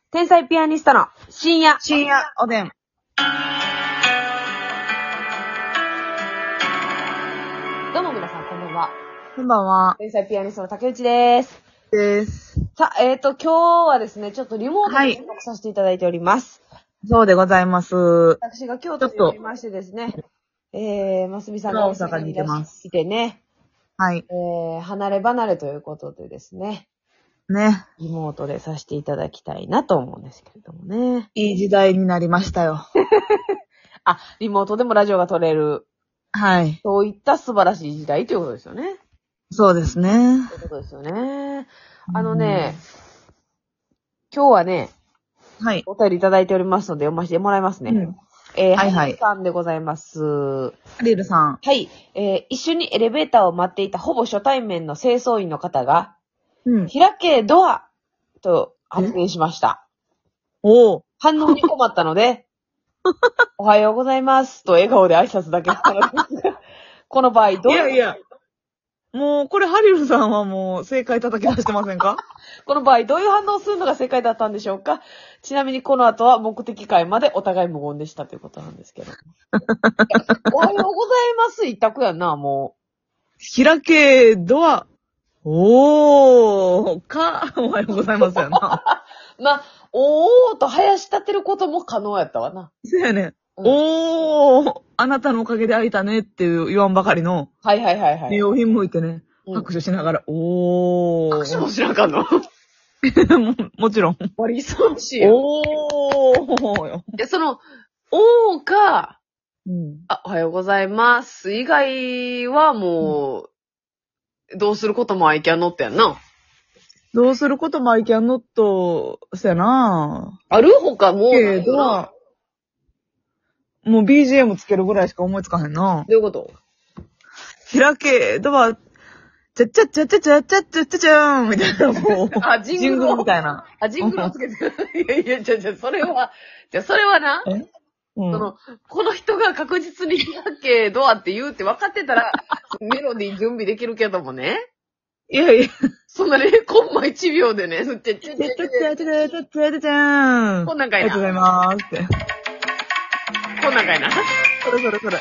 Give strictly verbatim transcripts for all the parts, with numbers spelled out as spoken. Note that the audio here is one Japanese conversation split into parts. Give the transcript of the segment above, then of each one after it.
天才ピアニストの深夜。 深夜おでん。 どうも皆さん、こんばんは。 こんばんは。 天才ピアニストの竹内です。 です。 さあ、えっ、ー、と、今日はですね、ちょっとリモートはいで収録させていただいております。 そうでございます。 私が京都におりましてですね、えー、ますみさんが大阪にいてます。 いてね、 はい。 えー、離れ離れということでですね、 ね。 リモートでさせていただきたいなと思うんですけれどもね。 いい時代になりましたよ。 あ、リモートでもラジオが撮れる。 はい。 そういった素晴らしい時代ということですよね。 そうですね。 ということですよね。あのね、今日はね、 はい。 お便りいただいておりますので読ませてもらいますね。 うん。 えー、 はいはいハリルさんでございます。はハリルさん。 い。えー、一緒にエレベーターを待っていたほぼ初対面の清掃員の方が、 うん。 開けドアと発言しました。 おー。 反応に困ったので、おはようございますと笑顔で挨拶だけしたのですが、この場合どういやいや。もう、これハリルさんはもう正解叩き出してませんか？ この場合どういう反応をするのが正解だったんでしょうか？ちなみにこの後は目的会までお互い無言でしたということなんですけど。おはようございます一択やんな、も開けドア。おー。か、おはようございますよな。 う。まあ、おーと林立てることも可能やったわな。 そうやね。 うんおー。あなたのおかげで開いたねっていう言わんばかりの、 はいはいはいはい。 用品向いてね、 うん拍手しながら、おー。 拍手もしなあかんのももちろん。 割りそうしいよ。 おーよ。 で、その、おーか、 うん。 あ、おはようございます以外はもう、どうすることもI can notやんな。 どうすることもI can not、そやなある他もうないけど、 よな。 もう ビージーエム つけるぐらいしか思いつかへんな。 どういうこと開け、ドア、ちゃっちゃっちゃっちゃっちゃっちゃっちゃっちゃちゃーんみたいな、もう。 あ、ジングルジングルみたいな。 あ、ジングルをつけてる。いやいや、じゃじゃそれは、じゃそれはな、 えうん。 その、この人が確実に開けドアって言うって分かってたら、メロディー準備できるけどもね。 いやいや。 そんなね、コンマいちびょうでね、ちゃちゃちゃちゃちゃちゃちゃちゃちゃちゃちゃーん。 こんなんかいな。 ありがとうございますって。 こんなんかいな。だかそれそれそれ。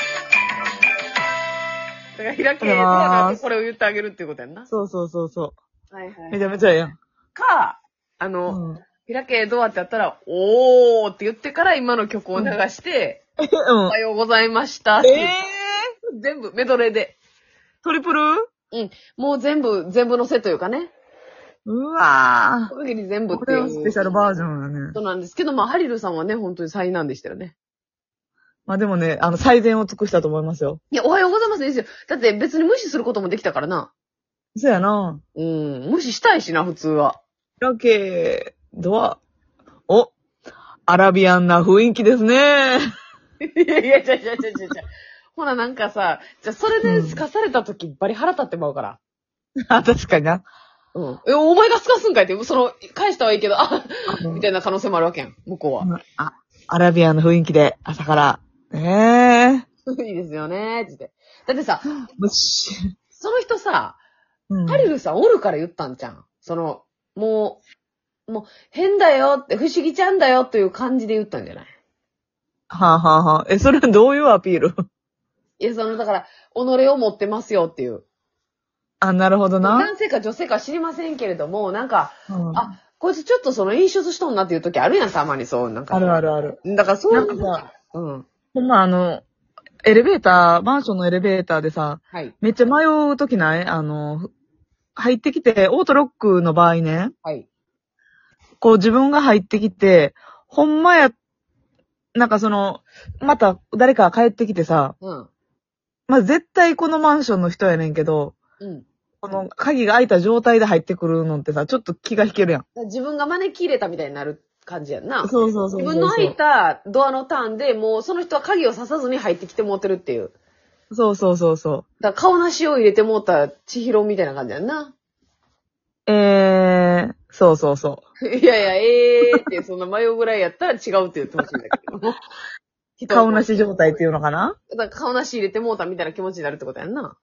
ら開けドアだとこれを言ってあげるっていうことやんな。 そうそうそうそはいはう。めちゃめちゃええやん。 か、あの、 うん。 開けドアってやったら、おーって言ってから今の曲を流して、 え、 おうんは。ようございましたってえいう。 え全部、メドレーで。 ー、トリプルうん。もう全部、全部のせというかね。 うわこの限り全部ー。 っていう。 これはスペシャルバージョンだね。 そうなんですけど、まあ、ハリルさんはね、本当に災難でしたよね。 まあでもね、あの、最善を尽くしたと思いますよ。 いや、おはようございますですよ。だって別に無視することもできたからな。 そうやな。 うん。無視したいしな、普通は。 ラケドア。お、アラビアンな雰囲気ですね。 いやいや、ちゃちゃちゃちゃちゃ。ほら、なんかさ、じゃあそれで透かされた時、バリ腹立ってまうから。 あ、確かにな。 うん。え、お前が透かすんかいって、その、返したはいいけど、あ、みたいな可能性もあるわけやん、向こうは。 うんあ、アラビアンな雰囲気で、朝から。ねいいですよね、つって。だってさ、 え。むし。 その人さ、 うん。 ハリルさんおるから言ったんじゃん。その、もう、もう、変だよって、不思議ちゃんだよという感じで言ったんじゃないはあ、はあはあ、え、それどういうアピール？ いや、その、だから、己を持ってますよっていう。 あ、なるほどな。 男性か女性か知りませんけれども、なんか、 うん、 あ、こいつちょっとその演出しとんなっていう時あるやん、たまにそう、なんか。 あるあるある。 だからそういうなんかさ、 うん。 ほんまあの、エレベーター、マンションのエレベーターでさ、 はい。 めっちゃ迷うときないあの、入ってきて、オートロックの場合ね、 はい。 こう自分が入ってきて、ほんまや、なんかその、また誰か帰ってきてさ、 うん。 まあ、絶対このマンションの人やねんけど、 うん。 この鍵が開いた状態で入ってくるのってさ、ちょっと気が引けるやん。 自分が招き入れたみたいになる感じやんな。 そうそうそうそう。 自分の開いたドアのターンでもうその人は鍵を刺さずに入ってきてもうてるっていう。 そうそうそうそだから顔なしを入れてもうた千尋みたいな感じやんな。 う。えー、そうそうそいやいや、えーってそんな迷うぐらいやったら違うって言ってほしいんだけども。 う。顔なし状態っていうのかな？ だから顔なし入れてもうたみたいな気持ちになるってことやんな。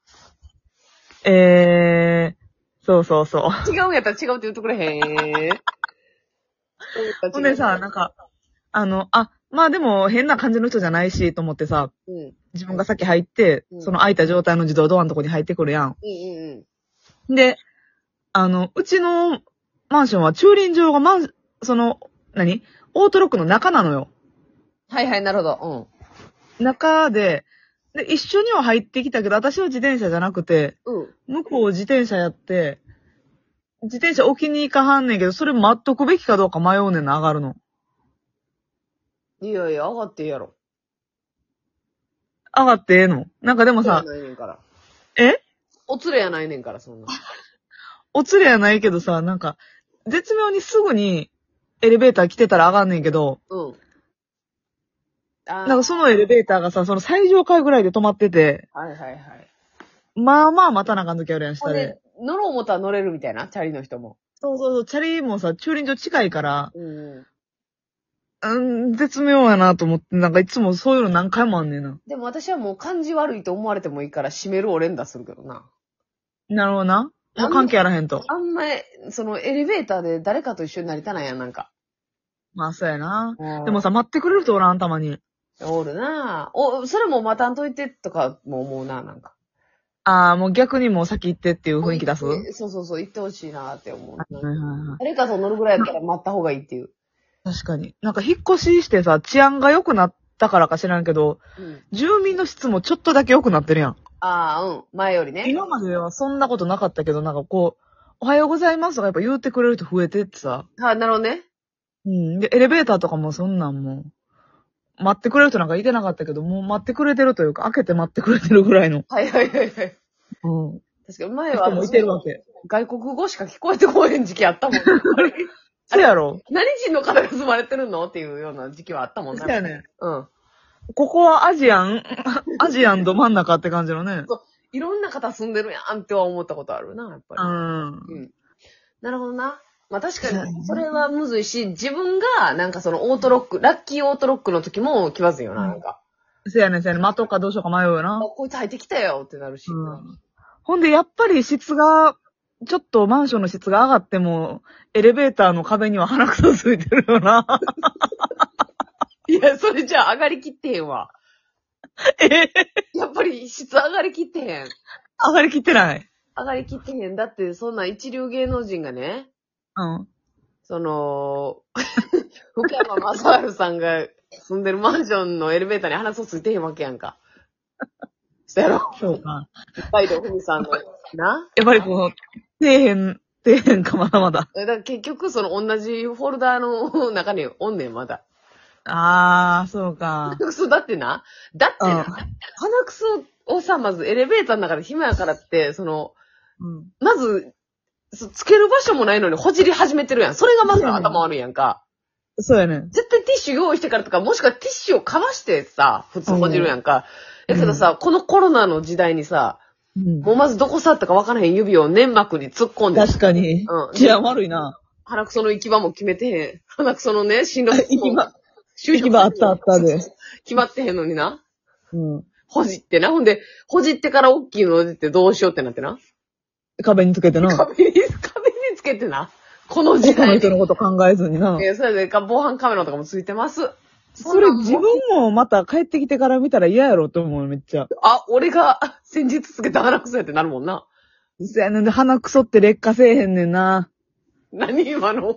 えー、そうそうそう。 違うんやったら違うって言ってくれへん。 ほんでさ、なんか、あの、あ、まあでも変な感じの人じゃないし、と思ってさ、 うん。 自分が先入って、 うんその開いた状態の自動ドアのとこに入ってくるやん。 うんうんうん。 で、あの、うちのマンションは駐輪場がマン、その、何オートロックの中なのよ。 はいはい、なるほど。 中で、で、一緒には入ってきたけど、私は自転車じゃなくて、 うん。うん。 向こう自転車やって、自転車置きに行かはんねんけど、それ待っとくべきかどうか迷うねんな、上がるの。 いやいや、上がっていいやろ。 上がってええのなんかでもおつれやさ、 ないねんから。 えおつれやないねんから、そんな。 おつれやないけどさ、なんか、絶妙にすぐにエレベーター来てたら上がんねんけど、 うん。あなんかそのエレベーターがさ、その最上階ぐらいで止まってて、 あ、はいはいはい。 まあまあ待たなあかん時あるやん、 ほんで下で。、 乗ろう思ったら乗れるみたいな、チャリの人も。 そうそうそう、チャリもさ、駐輪場近いから、 うん。 うん、絶妙やなと思って、なんかいつもそういうの何回もあんねんな。 でも私はもう感じ悪いと思われてもいいから閉めるを連打するけどな。 なるほどな。もう関係あらへんと。 あんまり、そのエレベーターで誰かと一緒になりたないやん、なんか。 まあそうやな。 うんでもさ、待ってくれる人おらん、たまに。 おるなぁ。お、それも待たんといてとかも思うな、なんか。 ああ、もう逆にもう先行ってっていう雰囲気出す。はいそうそうそう、言ってほしいなって思う。 はいはいはい。 誰かと乗るぐらいやったら待った方がいいっていう。 確かに。なんか引っ越ししてさ、治安が良くなったからか知らんけど、 うん。 住民の質もちょっとだけ良くなってるやん。 ああ、うん。前よりね。 今まではそんなことなかったけど、なんかこう、おはようございますとかやっぱ言ってくれる人増えてってさ。 はい、なるほどね。 うん。で、エレベーターとかもそんなんもう、待ってくれる人なんかいてなかったけど、もう待ってくれてるというか、開けて待ってくれてるぐらいの。 はいはいはいはい。 うん。 確かに前は人もいてるわけ。 外国語しか聞こえてこえへん時期あったもん。やっぱりそうやろ。 何人の方が住まれてるのっていうような時期はあったもんそうやね。 うん。 ここはアジアン、アジアンど真ん中って感じのね。 いろんな方住んでるやんっては思ったことあるな、やっぱり。 うん。 うん。なるほどな。まあ確かに、それはむずいし、自分が、なんかそのオートロック、ラッキーオートロックの時も気まずいよな、 うんなんか。 そうやねん、そうやねん。待とうかどうしようか迷うよあ、 な。 こいつ入ってきたよってなるし。 うん。ほんで、やっぱり質が、ちょっとマンションの質が上がっても、エレベーターの壁には鼻くそついてるよな。 いや、それじゃあ上がりきってへんわ。 えやっぱり質上がりきってへん。 上がりきってない。 上がりきってへん。だって、そんな一流芸能人がね、 うん。 その、福山雅治さんが住んでるマンションのエレベーターに鼻くそついてへんわけやんか。そうやろそうか。 北海道ふみさんの、なやっぱりこの、底辺、底辺かまだまだ。 だから結局その同じフォルダーの中におんねん、まだ。 あー、そうか。 鼻くそだってな、だってな、 うん鼻くそをさ、まずエレベーターの中で暇やからって、その、 うん。 まず、そつける場所もないのにほじり始めてるやん。それがまず頭悪いやんか。 そうやね。 絶対ティッシュ用意してからとか、もしくはティッシュをかわしてさ、普通ほじるやんか。 うんだけどさ、このコロナの時代にさ、 うん。 もうまずどこ触ったかわからへん指を粘膜に突っ込んで、 確かに。 うん治安悪いな。 鼻くその行き場も決めてへん。鼻くそのね、進路行き場、 就行き場あったあったで。 決まってへんのにな。 うん。 ほじってな。ほんで、ほじってから大きいのほじってどうしようってなってな。 壁につけてな。 壁に、壁につけてな。この時他の代に。 人のこと考えずにな。 えーそれでか防犯カメラとかもついてます。 それ自分もまた帰ってきてから見たら嫌やろと思う、めっちゃ。 あ、俺が先日つけた鼻くそやってなるもんな。 そやねんで、鼻くそって劣化せえへんねんな。 何今の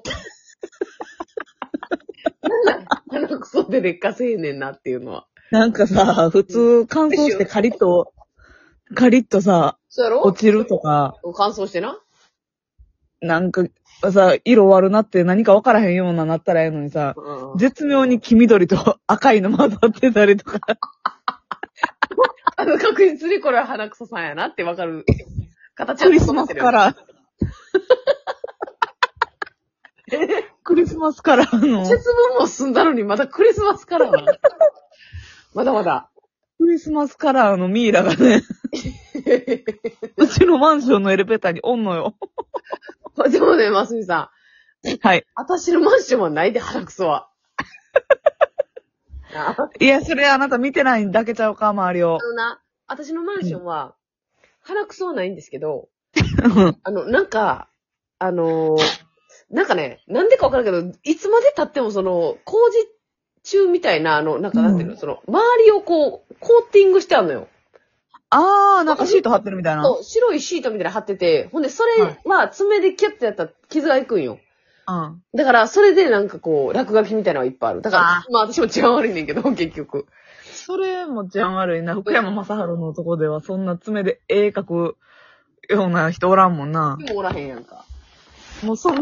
鼻くそで劣化せえねんなっていうのは。 なんかさ、普通乾燥してカリッと、カリッとさ、 そうやろ落ちるとか、 乾燥してな。 なんかさ、色悪なって何かわからへんようななったらええのにさ、 うん、 絶妙に黄緑と赤いの混ざってたりとか。 あの、確実にこれは鼻くそさんやなってわかる。形はクリスマスカラー。クリスマスカラーの。 節分も済んだのにまだクリスマスカラーなの。まだまだ。 クリスマスカラーのミイラがね、うちのマンションのエレベーターにおんのよ。 でもね、ますみさん。 はい。 私のマンションはないで、鼻くそは。 いや、それあなた見てないだけちゃうか、周りをあ。のな、私のマンションは、鼻くそはないんですけど、あの、なんか、あのー、 なんかね、なんでかわからんけど、いつまで経ってもその、工事中みたいな、あの、なんかなんていうの、 うんその、周りをこう、コーティングしてあるのよ。 あー、なんかシート貼ってるみたいな。 そう、白いシートみたいなの貼ってて、ほんで、それは爪でキュッてやったら傷がいくんよ。 うん。 だから、それでなんかこう、落書きみたいなのがいっぱいある。だからあ、 まあ私も治安悪いねんけど、結局。 それも治安悪いな。福山雅治の男ではそんな爪で絵描くような人おらんもんな。 でもおらへんやんか。 もうそん